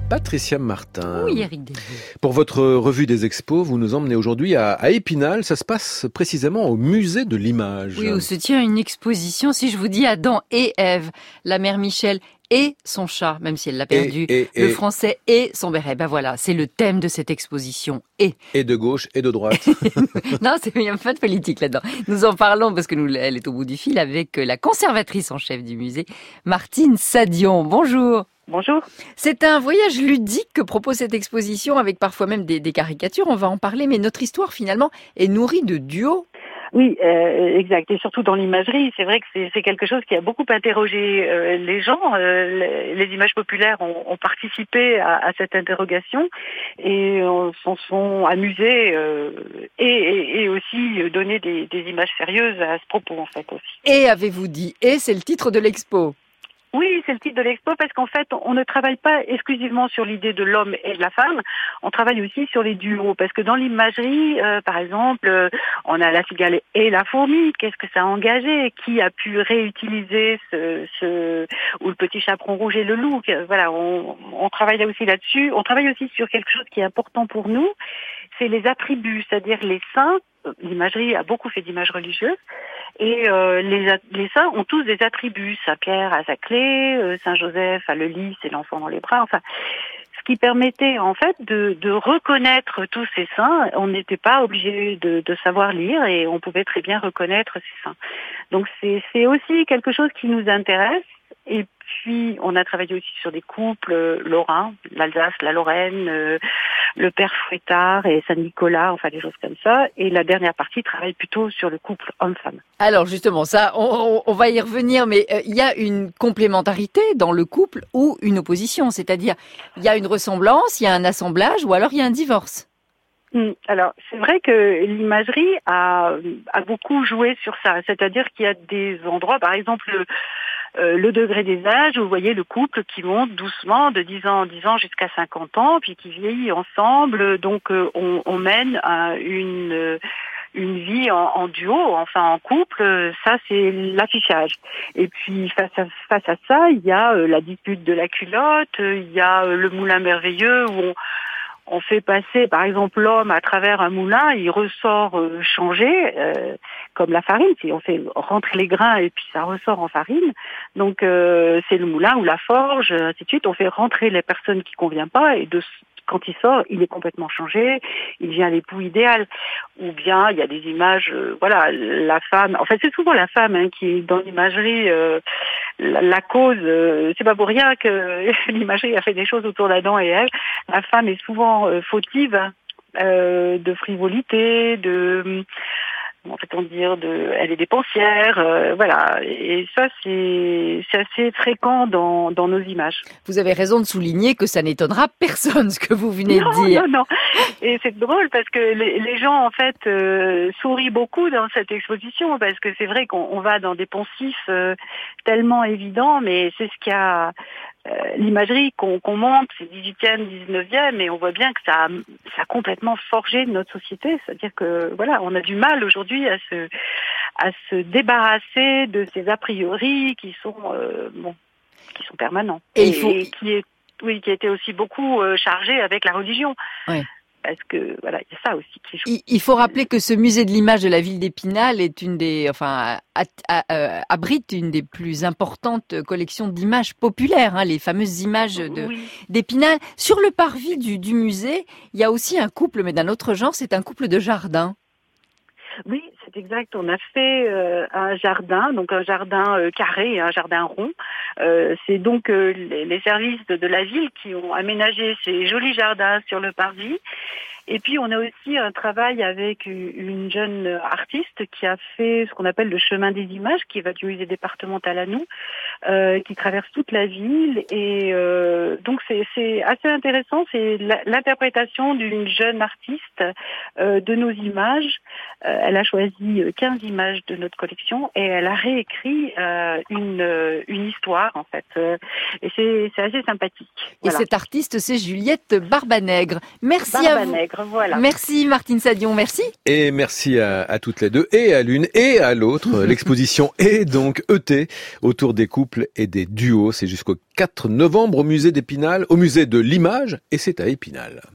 Patricia Martin. Oui, Éric Desvaux. Pour votre revue des expos, vous nous emmenez aujourd'hui à Épinal. Ça se passe précisément au musée de l'image. Oui, où se tient une exposition, si je vous dis Adam et Ève, la mère Michel et son chat, même si elle l'a perdu, le français et son béret. Ben voilà, c'est le thème de cette exposition. Et de gauche et de droite. Non, il n'y a pas de politique là-dedans. Nous en parlons parce que elle est au bout du fil avec la conservatrice en chef du musée, Martine Sadion. Bonjour. Bonjour. C'est un voyage ludique que propose cette exposition avec parfois même des caricatures. On va en parler, mais notre histoire finalement est nourrie de duos. Oui, exact. Et surtout dans l'imagerie, c'est vrai que c'est quelque chose qui a beaucoup interrogé les gens. Les images populaires ont participé à cette interrogation et s'en sont amusés et aussi donné des images sérieuses à ce propos en fait aussi. Et avez-vous dit « et » c'est le titre de l'expo. Oui, c'est le titre de l'expo parce qu'en fait, on ne travaille pas exclusivement sur l'idée de l'homme et de la femme, on travaille aussi sur les duos. Parce que dans l'imagerie, par exemple, on a la cigale et la fourmi. Qu'est-ce que ça a engagé? Qui a pu réutiliser ou le petit chaperon rouge et le loup? Voilà, on travaille là aussi là-dessus. On travaille aussi sur quelque chose qui est important pour nous, c'est les attributs, c'est-à-dire les saints. L'imagerie a beaucoup fait d'images religieuses. Et les saints ont tous des attributs. Saint Pierre a sa clé, Saint Joseph a le lys et l'enfant dans les bras. Enfin, ce qui permettait en fait de reconnaître tous ces saints. On n'était pas obligé de savoir lire et on pouvait très bien reconnaître ces saints. Donc c'est aussi quelque chose qui nous intéresse. Et puis, on a travaillé aussi sur des couples lorrains, l'Alsace, la Lorraine, le père Fouettard et Saint-Nicolas, enfin des choses comme ça. Et la dernière partie travaille plutôt sur le couple homme-femme. Alors justement, ça, on va y revenir, mais il y a une complémentarité dans le couple ou une opposition, c'est-à-dire il y a une ressemblance, il y a un assemblage ou alors il y a un divorce. Alors, c'est vrai que l'imagerie a beaucoup joué sur ça, c'est-à-dire qu'il y a des endroits, par exemple, le degré des âges, vous voyez le couple qui monte doucement de 10 ans en 10 ans jusqu'à 50 ans, puis qui vieillit ensemble, donc on mène une vie en duo, enfin en couple, ça c'est l'affichage. Et puis face à ça, il y a la dispute de la culotte, il y a le moulin merveilleux où on fait passer, par exemple, l'homme à travers un moulin, il ressort changé, comme la farine. Si on fait rentrer les grains et puis ça ressort en farine. Donc c'est le moulin ou la forge, ainsi de suite. On fait rentrer les personnes qui conviennent pas et quand il sort, il est complètement changé, il devient l'époux idéal. Ou bien, il y a des images, voilà, la femme, en fait, c'est souvent la femme qui est dans l'imagerie, la cause, c'est pas pour rien que l'imagerie a fait des choses autour d'Adam et Ève. La femme est souvent fautive de frivolité, elle est dépensière, voilà. Et ça, c'est assez fréquent dans nos images. Vous avez raison de souligner que ça n'étonnera personne, ce que vous venez de dire. Non. Et c'est drôle parce que les gens, en fait, sourient beaucoup dans cette exposition parce que c'est vrai qu'on va dans des poncifs tellement évidents, mais c'est ce qu'il y a... l'imagerie qu'on monte, c'est 18e, 19e, et on voit bien que ça a complètement forgé notre société. C'est-à-dire que, voilà, on a du mal aujourd'hui à se débarrasser de ces a priori qui sont permanents. Et qui a été aussi beaucoup chargé avec la religion. Oui. Parce que voilà, il y a ça aussi qui joue. Il faut rappeler que ce musée de l'image de la ville d'Épinal est abrite une des plus importantes collections d'images populaires, les fameuses images d'Épinal. Sur le parvis du musée, il y a aussi un couple, mais d'un autre genre, c'est un couple de jardin. Oui, c'est exact. On a fait un jardin, donc un jardin carré et un jardin rond. C'est donc les services de la ville qui ont aménagé ces jolis jardins sur le parvis. Et puis, on a aussi un travail avec une jeune artiste qui a fait ce qu'on appelle le chemin des images, qui va du musée départemental à nous, qui traverse toute la ville. Et donc, c'est assez intéressant. C'est l'interprétation d'une jeune artiste de nos images. Elle a choisi 15 images de notre collection et elle a réécrit une histoire, en fait. Et c'est assez sympathique. Et cette artiste, c'est Juliette Barbanègre. Merci à vous. l'autre. Voilà. Merci Martine Sadion, merci. Et merci à toutes les deux, et à l'une et à l'autre. L'exposition est donc ET autour des couples et des duos. C'est jusqu'au 4 novembre au musée d'Épinal, au musée de l'image, et c'est à Épinal.